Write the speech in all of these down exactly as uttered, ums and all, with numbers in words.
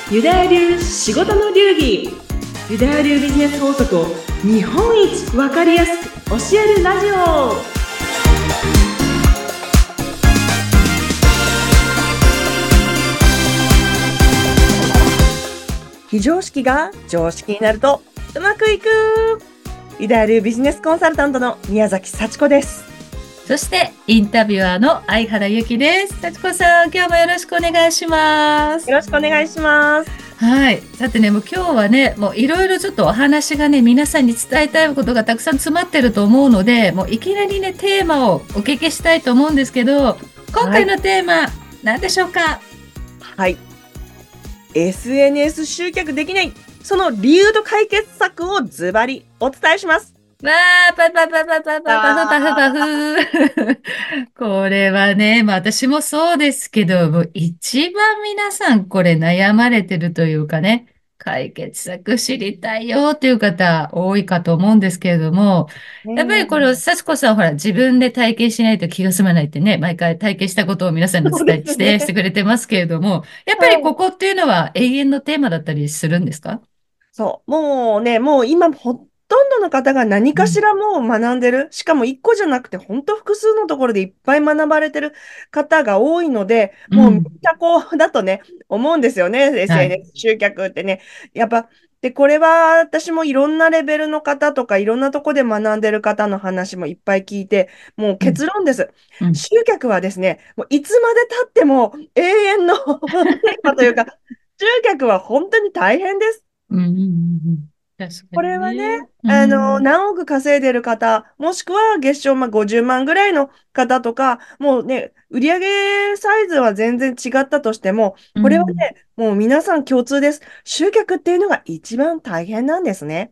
ユダヤ流仕事の流儀。ユダヤ流ビジネス法則を日本一わかりやすく教えるラジオ。非常識が常識になるとうまくいく。ユダヤ流ビジネスコンサルタントの宮崎幸子です。 そしてインタビュアーの相原由紀です。幸子さん、今日もよろしくお願いします。 よろしくお願いします。 はい。さてね、もう今日はね、もういろいろちょっとお話がね、皆さんに伝えたいことがたくさん詰まってると思うので、もういきなりね、テーマをお聞きしたいと思うんですけど、今回のテーマ、はい、何でしょうか？ はい。エスエヌエス 集客できない、その理由と解決策をズバリお伝えします。 わー、パパパパパパパフパフパフ。これはね、まあ私もそうですけど、もう一番皆さんこれ悩まれてるというかね、解決策知りたいよっていう方多いかと思うんですけれども、やっぱりこれ、幸子さんほら自分で体験しないと気が済まないってね、毎回体験したことを皆さんにお伝えして、してくれてますけれども、やっぱりここっていうのは永遠のテーマだったりするんですか？ そう。もうね、もう今ほとんどの方が何かしらもう学んでる。しかも一個じゃなくて、本当複数のところでいっぱい学ばれてる方が多いので、もうめっうん。 ちゃこうだとね、思うんですよね。 はい。 エスエヌエス 集客ってね。やっぱ、で、これは私もいろんなレベルの方とか、いろんなとこで学んでる方の話もいっぱい聞いて、もううん。 結論です。 うん。 集客はですね、もういつまで経っても永遠のテーマというか、集客は本当に大変です。 うん。うん。確かこれはね、 にね。うあの、 ん。 何億稼いでる方、もしくは月賞まあごじゅうまんぐらいの方とか、もうね、売上サイズは全然違ったとしても、 うん。 これはね、もう皆さん共通です。集客っていうのが一番大変なんですね。 うん。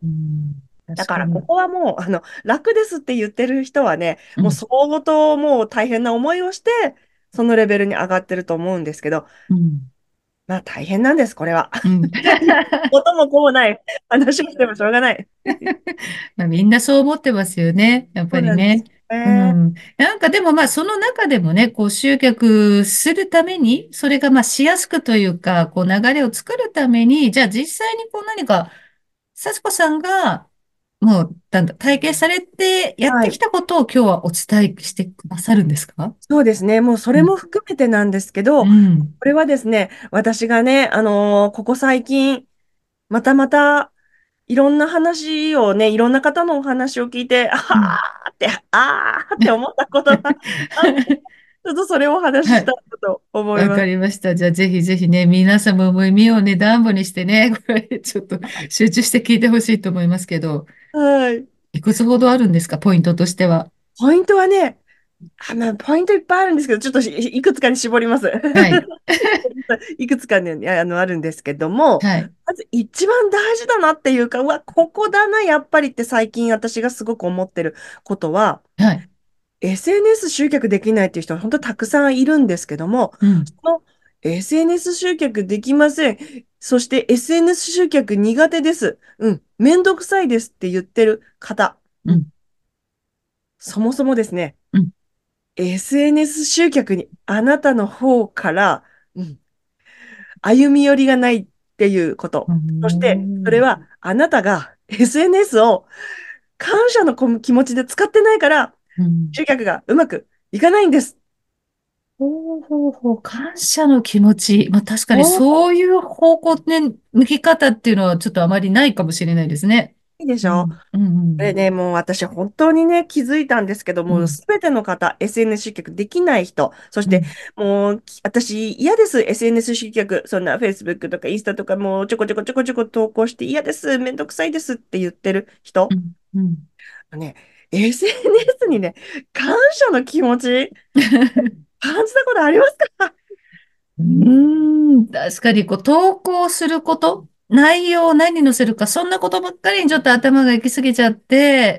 だから、こ確かに。 こはもう、あの、楽ですって言ってる人はね、もううん。 相当もう大変な思いをして、そのレベルに上がってると思うんですけど、 うん。 まあ大変なんです、これは。 うん。 元も子もない話をしてもしょうがない。 まあ、みんなそう思ってますよね。やっそうぱりね。 なんですね。 うん。なんかでもまあその中でもね、こう集客するために、それがまあしやすくというか、こう流れを作るために、じゃあ実際にこう何か、幸子さんがもうなんだ体験されてやっはい。 てきたことを今日はお伝えしてくださるんですか？ そうですね。もうそうん。 れも含めてなんですけど、こうん。 れはですね、私がね、あのーここ最近、またまた、いろんな話をね、いろんな方のお話を聞いて、あうん。 ーって、あーって思ったことがあって、ちょっとそれをお話しはい。 したいと思いわます。 かりました。じゃあ、ぜひぜひね、皆様も耳をね、暖房にしてね、これ、ちょっと集中して聞いてほしいと思いますけど、 はい。 いくつほどあるんですか、ポイントとしては？ ポイントはね、あ、まあ、ポイントいっぱいあるんですけど、ちょっとしいくつかに絞ります。 はい。 いくつかね、あの、あるんですけども、 はい。 まず一番大事だなっていうか、うわ、ここだな、やっぱりって最近私がすごく思ってることは、 はい。 エスエヌエス 集客できないっていう人は本当たくさんいるんですけども、 うん。 その エスエヌエス 集客できません。そして エスエヌエス 集客苦手です。うん。めんどくさいですって言ってる方。うん。 うん。 そもそもですね、 うん。 エスエヌエス 集客にあなたの方から、うん、歩み寄りがないっていうこうと。そして、それん。 はあなたが エスエヌエス を感謝の気持ちで使ってないから、 うん。 集客がうまくいかないんです。 ほうほうほう、感謝の気持ち。まあ確かにおー、 そういう方向ね、向き方っていうのはちょっとあまりないかもしれないですね。 いいでしょ？ うん。うん。 これね、もう私本当にね、気づいたんですけども、 うん。 すべての方、エスエヌエス 集客できない人、そしてうん。 もう、き私嫌です、エスエヌエス 集客。そんな Facebook とかインスタとかもうちょこちょこちょこちょこ投稿して嫌です、めんどくさいですって言ってる人。 うん。うん。 ね、エスエヌエス にね、感謝の気持ち感じたことありますか？ うーん、確かに、こう、投稿すること、内容を何に載せるか、そんなことばっかりにちょっと頭が行き過ぎちゃって、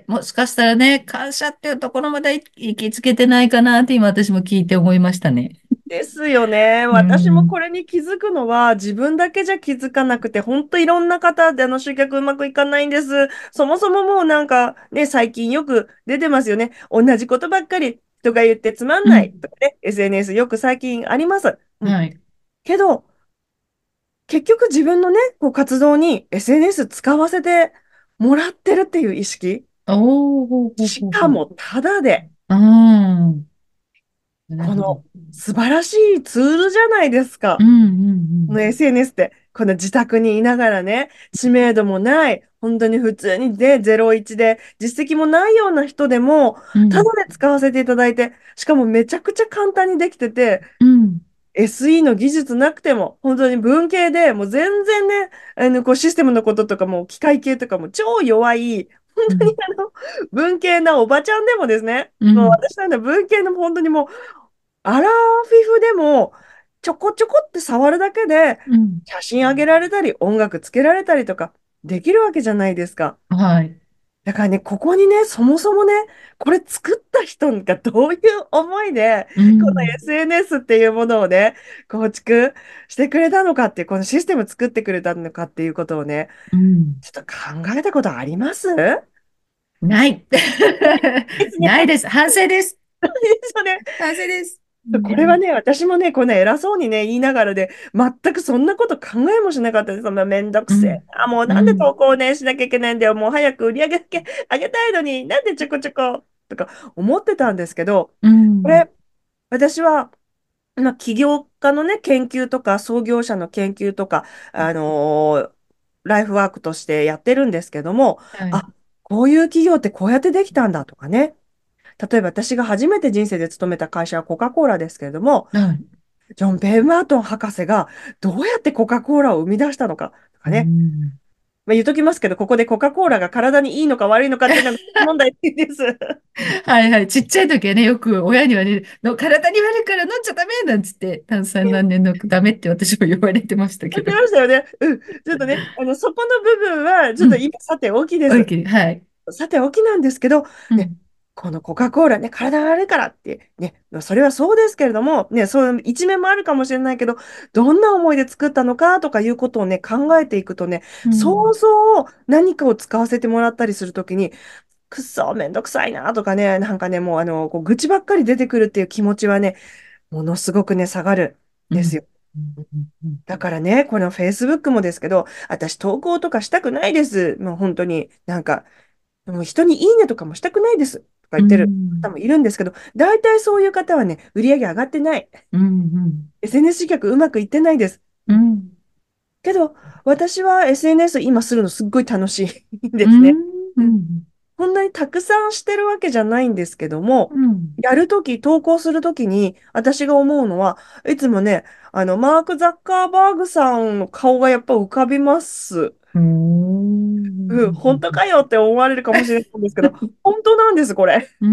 もしかしたらね、感謝っていうところまで行きつけてないかなって今私も聞いて思いましたね。 ですよね。 う私もこん、 れに気づくのは自分だけじゃ気づかなくて、本当いろんな方であの集客うまくいかないんです。そもそももうなんかね、最近よく出てますよね。同じことばっかりとか言ってつまんないうん、 とかね、エスエヌエス よく最近あります。うん。 はい。 けど、 結局自分のね、こう活動に エスエヌエス 使わせてもらってるっていう意識。 おー、ほうほうしほうほう。 かもタダで、 うーん。なるほど。 この素晴らしいツールじゃないですか。 うん、うん、 この エスエヌエス って、この自宅にいながらね、知名度もない、本当に普通にね、ゼロイチで実績もないような人でも、 うん。うん、 ただで使わせていただいて、しかもめちゃくちゃ簡単にできてて、 うん、 エスイー の技術なくても、本当に文系でもう全然ね、あのこうシステムのこととかも機械系とかも超弱い、本当にうん、 あの文系なおばちゃんでもですね、もううん、 私なんだ文系の本当にもうアラフィフでもちょこちょこって触るだけでうん。 写真上げられたり音楽つけられたりとかできるわけじゃないですか。 はい。 だからね、ここにね、そもそもね、これ作った人がどういう思いで、 うこのん、 エスエヌエス っていうものをね、構築してくれたのかっていう、このシステム作ってくれたのかっていうことをね、 うん。 ちょっと考えたことあります？ ない。 ですね。 ないです。反省です。 それ反省です。うこれはん、 ね、私もね、こんな偉そうにね、言いながらで、全くそんなこと考えもしなかったです。そんなめんどくせえ。 うん、 あ、もうなんでうん、 投稿をね、しなきゃいけないんだよ。もう早く売り上げだけ上げたいのに、なんでちょこちょことか思ってたんですけど、 うん、 これ、私は、まあ、起業家のね、研究とか、創業者の研究とか、あのーライフワークとしてやってるんですけども、 はい、 あ、こういう企業ってこうやってできたんだとかね。例えば私が初めて人生で勤めた会社はコカ・コーラですけれども、 はい。 ジョン・ベン・マートン博士がどうやってコカ・コーラを生み出したのかとうかね。 ん。 まあ、言っときますけど、ここでコカ・コーラが体にいいのか悪いのかっていうのが問題です。 はいはい。ちっちゃい時はね、よく親にはね、の体に悪いから飲んじゃダメなんつって、炭酸何年のダメって私も言われてましたけど。 言ってましたよね。うん。ちょっとね、あの、そこの部分は、ちょっとうん。 今さておきです。 おいき、はい。 さておきなんですけど、ね、 うん。 このコカ・コーラね、体が悪いからって、ね、それはそうですけれども、ね、そういう一面もあるかもしれないけど、どんな思いで作ったのかとかいうことをね、考えていくとね、 うん。 想像何かを使わせてもらったりするときに、くっそ、めんどくさいなとかね、なんかね、もうあの、こう愚痴ばっかり出てくるっていう気持ちはね、ものすごくね、下がるんうん。 ですよ。 うん。うん。 だからね、この Facebook もですけど、私投稿とかしたくないです。もう本当になんか、もう人にいいねとかもしたくないですとかう言ってる方ん。 もいるんですけど、大体そういう方はね、売り上げ上がってない。 うん。 エスエヌエス 集客うまくいってないです。うん。 うん。 けど、私は エスエヌエス 今するのすっごい楽しいんうですね。 ん。うん。 こんなにたくさんしてるわけじゃないんですけども、 うん。 やるとき、投稿するときに、私が思うのは、いつもね、あの、マーク・ザッカーバーグさんの顔がやっぱ浮かびます。 うん。 うん、本当かよって思われるかもしれないんですけど、本当なんです、これ。 うん。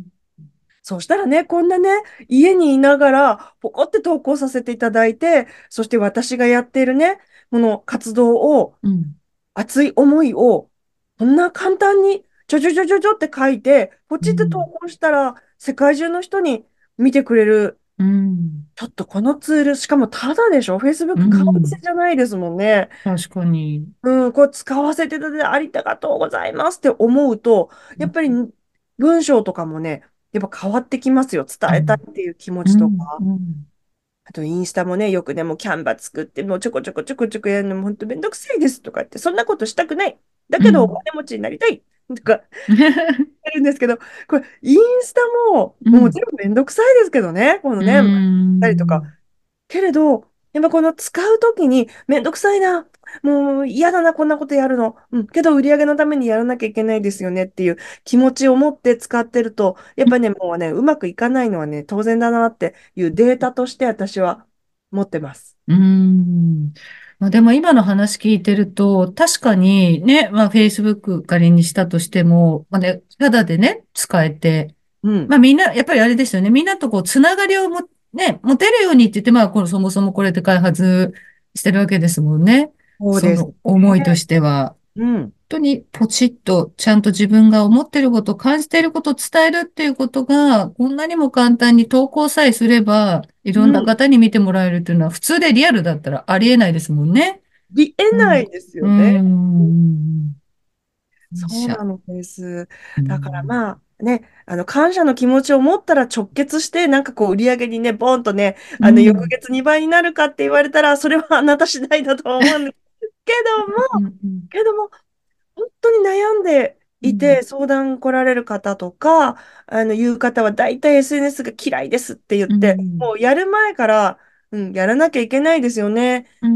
そうしたらね、こんなね、家にいながら、ポコって投稿させていただいて、そして私がやっているね、この活動を、 うん。 熱い思いを、こんな簡単に、ちょちょちょちょちょって書いて、ポチって投うん。 稿したら、世界中の人に見てくれる。 うん。 ちょっとこのツール、しかもタダでしょ？ う Facebook 買う店ん。 じゃないですもんね。 確かに。 うん、こう使わせていただいてありがとうございますって思うと、やっぱり文章とかもね、やっぱ変わってきますよ。伝えたいうん。 っていう気持うん。 ちとか。 うん。 あとインスタもね、よくね、もうキャンバ作って、もうちょこちょこちょこちょこやるのも本当めんどくさいですとか言って、そんなことしたくない。だけどおうん。 金持ちになりたいとかやるんですけど、これインスタもうん。 もう全部めんどくさいですけどね、このうね、回ったりとか。 ん。 けれど、やっぱこの使うときにめんどくさいな、もう嫌だな、こんなことやるの。うん、けど売り上げのためにやらなきゃいけないですよねっていう気持ちを持って使ってると、やっぱりね、もうね、うまくいかないのはね、当然だなっていうデータとして私は持ってます。 うーん。まあ、でも今の話聞いてると、確かにね、まあ Facebook 仮にしたとしても、まあね、ただでね、使えて、 うん。 まあみんな、やっぱりあれですよね、みんなとこう、つながりをも、ね、持てるようにって言って、まあこの、そもそもこれで開発してるわけですもんね。 そうですその思いとしては。 ね。うん。 当にポチッとちゃんと自分が思っていること、感じていることを伝えるっていうことが、こんなにも簡単に投稿さえすれば、いろんなうん。 方に見てもらえるっていうのは、普通でリアルだったらありえないですもんね。 りえうん。 ないですうよね。 ん。うん。 そうなしゃ。 のです。 うだからん。 まあね、 あの、感謝の気持ちを持ったら直結して、なんかこう、売り上げにね、ボーンとね、あの、翌うん。 月にばいになるかって言われたら、それはあなた次第だとは思うんですけどうも、 んうん。 けども、本当に悩んでうん。 いて、相談来られる方とか、あの、言う方は、大体 エスエヌエス が嫌いですって言っうて、 ん。 もうやる前から、うん、やらなきゃいけないですよね。 うん。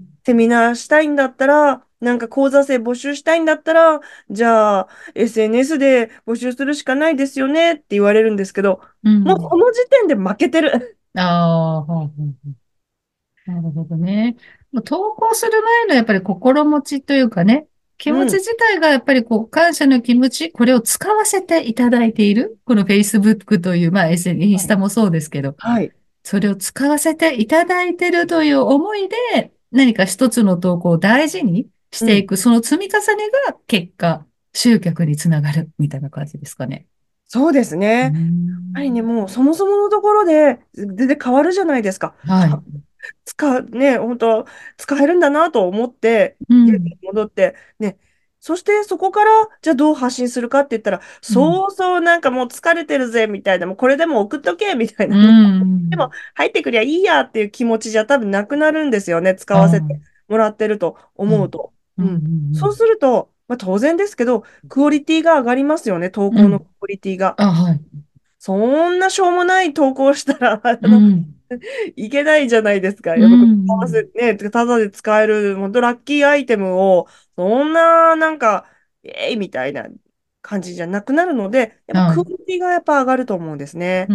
セミナーしたいんだったら、なんか講座生募集したいんだったら、じゃあ エスエヌエス で募集するしかないですよねって言われるんですけど、もううん。 この時点で負けてる。 ああ、はいはいはい。なるほどね。もう投稿する前のやっぱり心持ちというかね、気持ちうん。 自体がやっぱりこう感謝の気持ち、これを使わせていただいている。この Facebook という、まあ エスエヌ、インはい。 スタもそうですけど、 はい。 それを使わせていただいているという思いで、何か一つの投稿を大事にしうん。 ていく、その積み重ねが結果、集客につながるみたいな感じですかね。 そうですね。 うーやっぱりね、 ん。 もうそもそものところで全然変わるじゃないですか。 はい。 使う、ね、本当、使えるんだなと思って、家にうん。 戻って、ね、そしてそこから、じゃあどう発信するかって言ったら、 うん。 そうそうなんかもう疲れてるぜみたいな、もうこれでも送っとけみたいうな、もうでもん。 入ってくりゃいいやっていう気持ちじゃ多分なくなるんですよね、使ああ。 わせてもらってるとうん。 思うと。 うん。ううん。そうん。 すると、まあ、当然ですけど、クオリティが上がりますよね、投うん。 稿のクオリティが。 あ、はい。 そんなしょうもない投稿したら、あの、 うん。 いけないじゃないですか。 うやっぱ、合わん。 せ、ね、ただで使える、本当ラッキーアイテムを、そんな、なんか、えいみたいな感じじゃなくなるので、やっぱはい。 クオリティがやっぱ上がると思うんですね。 うん。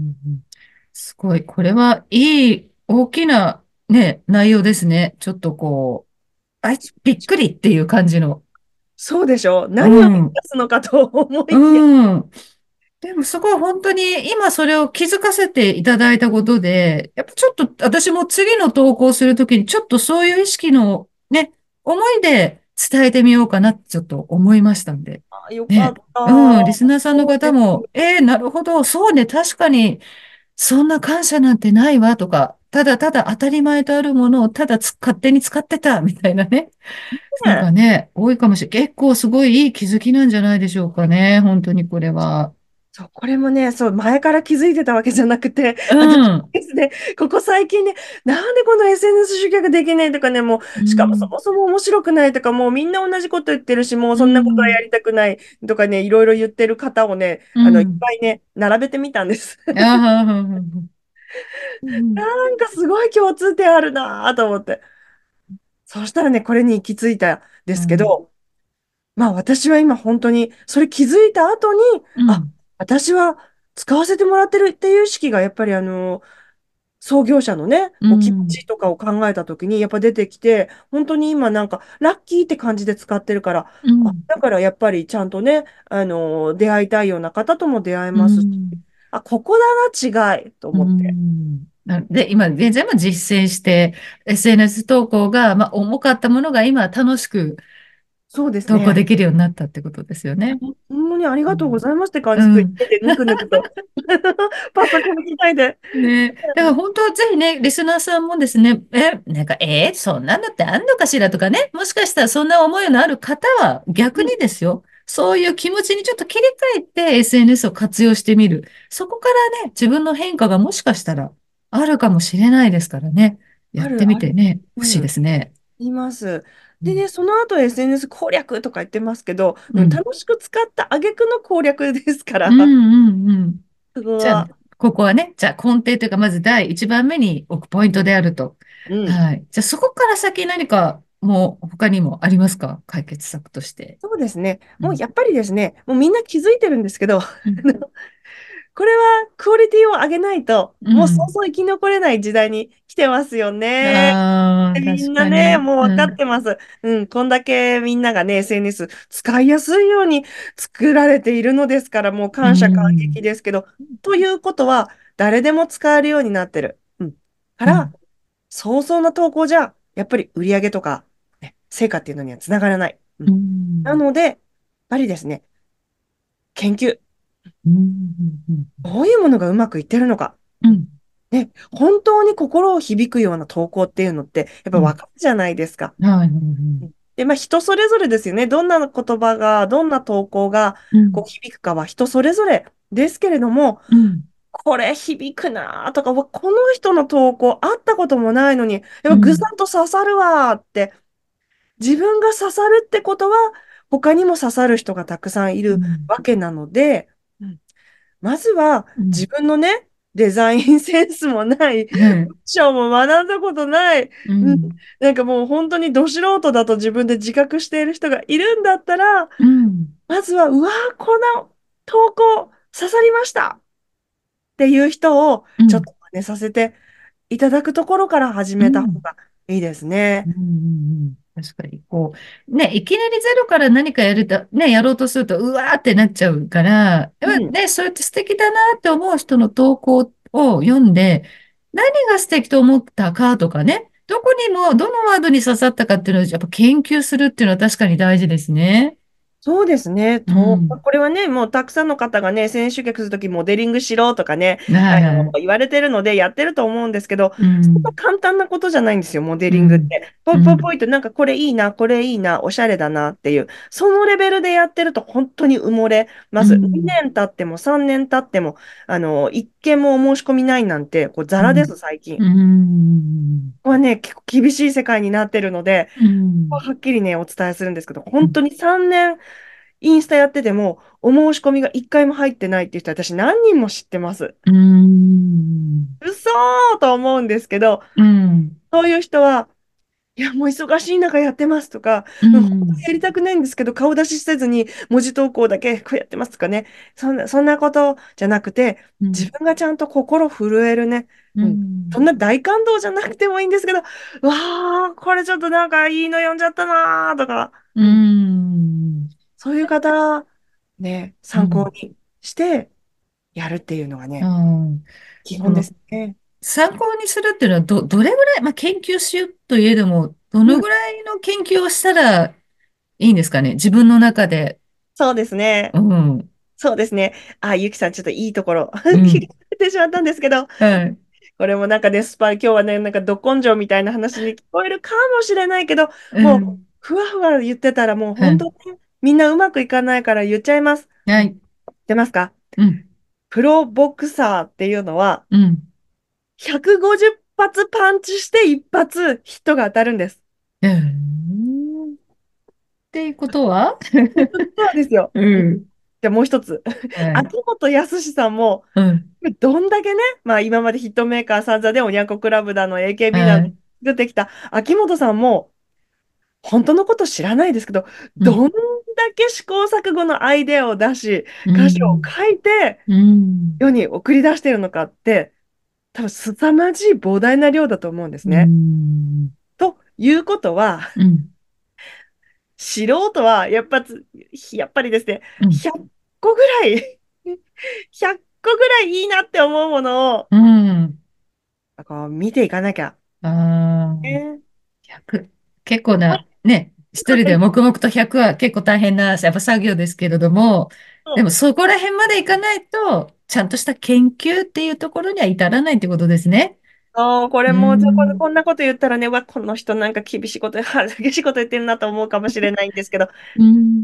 すごい。これはいい、大きなね、内容ですね。ちょっとこう、あい、びっくりっていう感じの。 そうでしょう。 う何を言いん。 出すのかと思いきや。 うん。でもすごい本当に今それを気づかせていただいたことで、やっぱちょっと私も次の投稿するときにちょっとそういう意識のね、思いで伝えてみようかなってちょっと思いましたんで。 あ、よかっね。 た。 うん、リスナーさんのそうです。 方も、えー、なるほど、そうね、確かに、そんな感謝なんてないわとか、ただただ当たり前とあるものをただつ勝手に使ってたみたいなね。なんね、 かね、多いかもしれない。結構すごいいい気づきなんじゃないでしょうかね。本当にこれは。 そう、これもね、そう、前から気づいてたわけじゃなくて、 う私ん。 ですね、ここ最近ね、なんでこの エスエヌエス 集客できないとかね、もう、しかもそうん。 もそも面白くないとか、もうみんな同じこと言ってるし、もううそんなことはん。 やりたくないとかね、いろいろ言ってる方をね、あの、いっうん。 ぱいね、並べてみたんです。 ああ、うん。 なんかすごい共通点あるなぁと思って。そうしたらね、これに行き着いたんですけうん。 ど、まあ私は今本当に、それ気づいた後に、あ、 うん。 私は使わせてもらってるっていう意識がやっぱりあの、創業者のね、 うお気持ん。 ちとかを考えたときにやっぱ出てきて、本当に今なんかラッキーって感じで使ってるから、あ、 うん。 だからやっぱりちゃんとね、あの、出会いたいような方とも出会えうますし、 ん。 あ、ここだな、違いとう思って。 ん。なで、今、現在も実践して、エスエヌエス 投稿が、まあ、重かったものが今、楽しくそうです投稿でね。 きるようになったってことですよね。 ほんまにありがとうごうん。 ざいますって感じで、 うん。 手でぬくぬくとパソコンみたいで。 ね。だから本当はぜひね、リスナーさんもですね、え、なんか、えーそんなのってあんのかしらとかね、もしかしたらそんな思いのある方は逆にうん、 ですよ、そういう気持ちにちょっと切り替えて エスエヌエス を活用してみる。そこからね、自分の変化がもしかしたらあるかもしれないですからね。やってある、ある。 みてね、欲しいでうん。 すね。 言います。でね、 うん。 その後 エスエヌエス 攻略とか言ってますけど、うん、 うん。 楽しく使った挙句の攻略ですかうんら、 うんうん。 そこじゃあ、 は。 ここはね、じゃあ根底というか、まず第一番目に置くポイントであると。 うん。 はい。じゃあ、そこから先何かもう他にもありますか？解決策として。 そうですね。 うん。 もうやっぱりですね、もうみんな気づいてるんですけど、あうん。 のこれはクオリティを上げないと、もうそううん。 そう生き残れない時代に来てますよね。 ああ、 でみん確なね、 かに。 もう分かっうん。 てます。うん、こんだけみんながね、エスエヌエス 使いやすいように作られているのですから、もうう感謝感ん。 激ですけど、ということは、誰でも使えるようになってる。うん。かうん。 ら、早々な投稿じゃ、やっぱり売り上げとか、ね、成果っていうのにはつながらない。ううん。なん。 ので、やっぱりですね、研究。 うん。うん。 どういうものがうまくいってるのか。うん。 うん。 ね、本当に心を響くような投稿っていうのって、やっぱうん。 分かるじゃないですか。 はい。うん。 で、まあ人それぞれですよね。どんな言葉が、どんな投稿がうん、 こう響くかは人それぞれですけれども、 うん、 これ響くなとか、わこの人の投稿会ったこともないのに、やっぱぐさうん、 っと刺さるわーって、自分が刺さるってことは、他にも刺さる人がたくさんいるうん、 わけなので、うんまずはうん、 自分のね、デザインセンスもない、 はい、 文章も学んだことない、うんうん、 なんかもう本当にど素人だと自分で自覚している人がいるんだったら、 うん、 まずは、うわー、この投稿刺さりましたっていう人をうん、 ちょっと真似させていただくところから始めた方うん。 がいいですね。 うんうんうん、確かに、こう、ね、いきなりゼロから何かやると、ね、やろうとすると、うわーってなっちゃうから、やっぱうん。 ね、そうやって素敵だなって思う人の投稿を読んで、何が素敵と思ったかとかね、どこにも、どのワードに刺さったかっていうのをやっぱ研究するっていうのは確かに大事ですね。 そうですね。と、 うん。 これはね、もうたくさんの方がね、先週客するときモデリングしろとかね、あの、 はいはい。 言われてるのでやってると思うんですけど、 うそんなん。 簡単なことじゃないんですよ、モデリングっうん。 て。ポイポイポうん。 イとなんかこれいいな、これいいな、おしゃれだなっていう、そのレベルでやってると本当に埋もれまうす。2 ん。 年経ってもさんねん経っても、あの、一件もお申し込みないなんて、こう、ザうん。 ラです、最近。 うん。 ここはね、結構厳しい世界になってるので、 うん。 はっきりね、お伝えするんですけど、本当にさんねんインスタやってても、お申し込みがいっかいも入ってないっていう人、私何人も知ってます。 うん。 嘘ーと思うんですけど、 うん。 そういう人は、いや、もう忙しい中やってますとか、 うもう本当にん。 やりたくないんですけど、顔出しせずに文字投稿だけこうやってますとかね、そんな、そんなことじゃなくて、 うん。 自分がちゃんと心震えるね、 ううん、そんん。 な大感動じゃなくてもいいんですけど、うわー、これちょっとなんかいいの読んじゃったなーとか、 ううん、 ん。 そういう方、ね、参考うん。 にしてやるっていうのがね、 うん。 基本ででも、 すね。 参考にするっていうのは、ど、どれぐらい、まあ、研究しようといえども、どうん、 のぐらいの研究をしたらいいんですかね、自分の中で。 そうですね。 うん。 そうですね。あ、ゆきさん、ちょっといいところうん。 聞かれてしまったんですけど、 はい。 これもなんかね、スパ、今日はね、なんかど根性みたいな話に聞こえるかもしれないけど、もう、 うん。 ふわふわ言ってたらもうはい。 本当にみんなうまくいかないから言っちゃいます。うん、 はい。 出ますか？ うん。 プロボクサーっていうのは、 うん。 ひゃくごじゅう発パンチして一発ヒットが当たるんです。 うん。っていうことは？ そうですよ。 ううんん。 じゃあもう一つ。 はい。 秋元康さんも、 うん。 どんだけね、まあ今までヒットメーカーさんざでおにゃんこクラブだの エーケービー だのはい。 作ってきた秋元さんも、本当のこと知らないですけど、 うん。 どんだけ試行錯誤のアイデアを出し、 う歌詞をん。 書いてうん。 世に送り出しているのかって、多分凄まじい膨大な量だと思うんですうね。 ん。 ということは、 うん。 素人はやっぱつ、やっぱりですね、 うん。 ひゃっこぐらいひゃっこぐらいいいなって思うものを、 うん。 こう見ていかなきゃ。 ああ。 ね。 ひゃく。結構な、ね、一人で黙々とひゃくは結構大変な、やっぱ作業ですけれども、でもそこら辺までいかないと、ちゃんとした研究っていうところには至らないってことですね。 そう、こうれも、じゃあこんん。 こんなこと言ったらね、うわ、この人なんか厳しいこと、激しいこと言ってるなと思うかもしれないんですけど、 うん。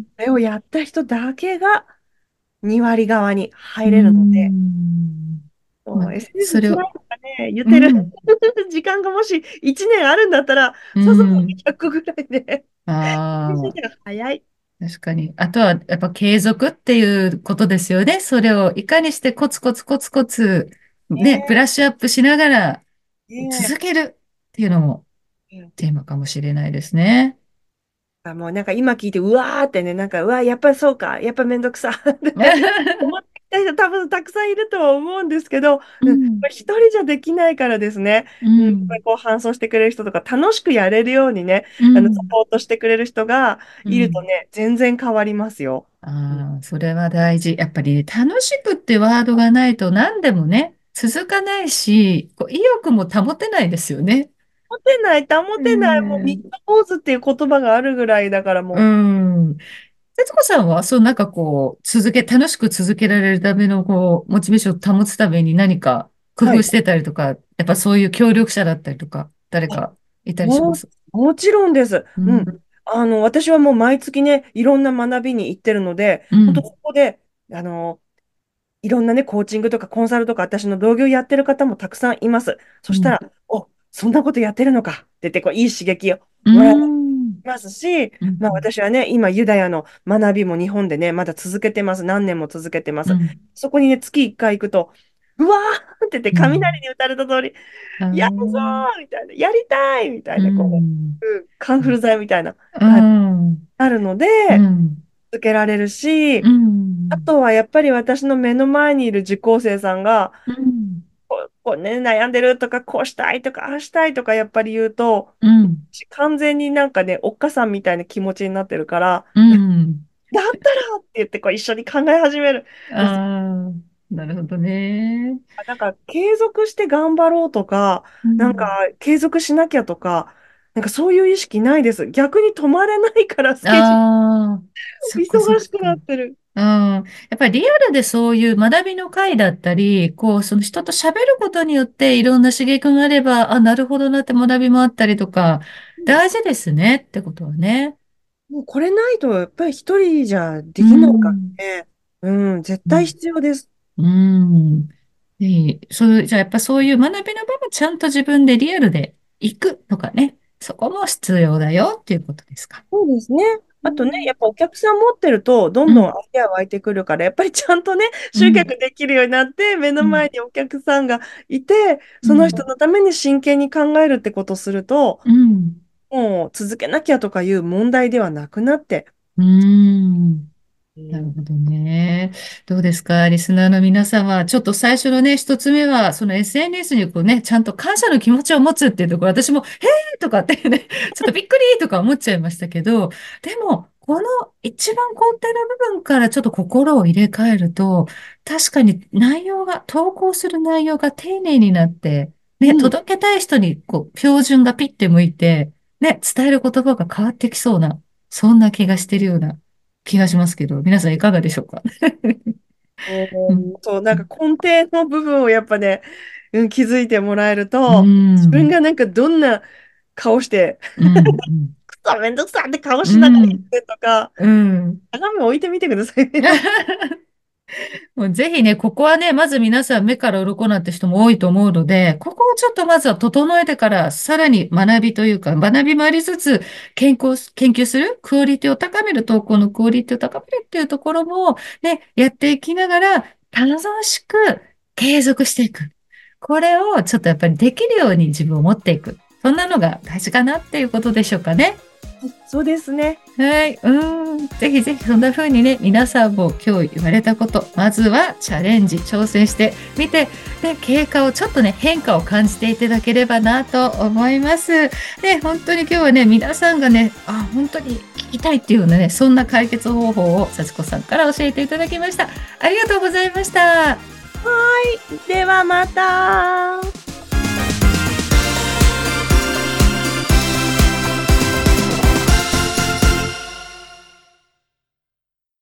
それをやった人だけがに割側にう入れるので、 ん。まそうあ、 エスエヌエスそれを、 辛いとかね、言ってるうん。 時間がもしいちねんあるんだったら、 うさすがにん。 ひゃっこぐらいで、編集ああ。 が早い。 確かに。あとは、やっぱ継続っていうことですよね。それをいかにしてコツコツコツコツ、ね、ブラッねシュアップしながらえ、ね続けるっていうのもえ。 テーマかもしれないですね。 あもうなんか今聞いて、うわーってね、なんか、うわー、やっぱりそうか、やっぱめんどくさって思ってきた人多分たくさんいるとは思うんですけど、うん、こうん、 れ一人じゃできないからですね、 ううん、これん、 こう伴走してくれる人とか、楽しくやれるようにね、あのサうん、 ポートしてくれる人がうん。 いるとね、全然変わりますよ。うん、 ああ、それは大事。やっぱり楽しくってワードがないと何でもね、続かないし、こう意欲も保てないですよね。 保てない、保うてない、もう三ん。 日坊主っていう言葉があるぐらいだからうもん。節子さんは、そう、なんかこう、続け、楽しく続けられるための、こう、モチベーションを保つために何か工う、はい。 夫してたりとか、やっぱそういう協力者だったりとか、誰かいたりしまもす？ う、もちろんです。 うん、 うん。 あの、私はもう毎月ね、いろんな学びに行ってるので、本当うん、 そこで、あの、いろんなね、コーチングとかコンサルとか、私の同業やってる方もたくさんいます。そうん、 したら、お、そんなことやってるのかって言って、こう、いい刺激をうもらいん、 ますし、 うん、 まあ私はね、今、ユダヤの学びも日本でね、まだ続けてます。何年も続けてます。 うん、 そこにね、月いっかい行くと、うわーって言って、 うん、 雷に打たれた通り、 あやるぞーーみたいな、やりたいみたういな、こん、 う、うんカンフル剤みたいなう感じにん、 なるのうで、 ん、 続けられるし、 うん、 あとはやっぱり私の目の前にいる受講生さんが、 うん、 こう、こうね、悩んでるとか、こうしたいとか、ああしたいとか、やっぱり言うと、 うん、 完全になんかね、おっかさんみたいな気持ちになってるから、 うん。 だったらって言ってこう一緒に考え始めるんです。 ああ、なるほどね。 なんか継続して頑張ろうとか、なんかうん。 継続しなきゃとか、なんかそういう意識ないです。逆に止まれないからスケジューああ、そっルかそっか。 忙しくなってる。 うん。やっぱりリアルでそういう学びの会だったり、こう、その人と喋ることによっていろんな刺激があれば、あ、なるほどなって学びもあったりとか、大事ですねってことはね。 もうこれないと、やっぱり一人じゃうできないからん。 ね。うん、絶対うん。 必要です。 うん。いいそういう、じゃあやっぱそういう学びの場もちゃんと自分でリアルで行くとかね。そこも必要だよっていうことですか。 そうですね。あとね、 うん。 やっぱお客さん持ってると、どんどんうん。 アイデア湧いてくるから、やっぱりちゃんとね、集うん。 客できるようになって、目のうん。 前にお客さんがいて、そのうん。 人のために真剣に考えるってことをすると、 うん。 もう続けなきゃとかいう問題ではなくなって、 うん。 うん、 なるほどね。どうですか、リスナーの皆様。ちょっと最初のね、一つ目は、その エスエヌエス にこうね、ちゃんと感謝の気持ちを持つっていうところ、私も、へーとかってね、ちょっとびっくりとか思っちゃいましたけど、でも、この一番根底の部分からちょっと心を入れ替えると、確かに内容が、投稿する内容が丁寧になって、ね、 うん、 届けたい人にこう、標準がピッて向いて、ね、伝える言葉が変わってきそうな、そんな気がしてるような気がしますけど、皆さんいかがでしょうか？うん。 うんそう、なんか根底の部分をやっぱね、うん、気づいてもらえるうと、自分ん。 がなんかどんな顔して、 うん。うん。 くそ、めんどくさって顔うしながら言っん。 てとか、 うん。 鏡置いてみてください、皆さん。 もうぜひね、ここはね、まず皆さん目から鱗なんて人も多いと思うので、ここをちょっとまずは整えてから、さらに学びというか、学びもありつつ、健康、研究する、クオリティを高める、投稿のクオリティを高めるっていうところも、ね、やっていきながら、楽しく継続していく。これをちょっとやっぱりできるように自分を持っていく。そんなのが大事かなっていうことでしょうかね。 そうですね。 はい。うん。ぜひぜひそんな風にね、皆さんも今日言われたこと、まずはチャレンジ、挑戦してみて、で、経過をちょっとね、変化を感じていただければなと思います。で、本当に今日はね、皆さんがね、あ、本当に聞きたいっていうようなね、そんな解決方法を幸子さんから教えていただきました。ありがとうございました。 ではまた。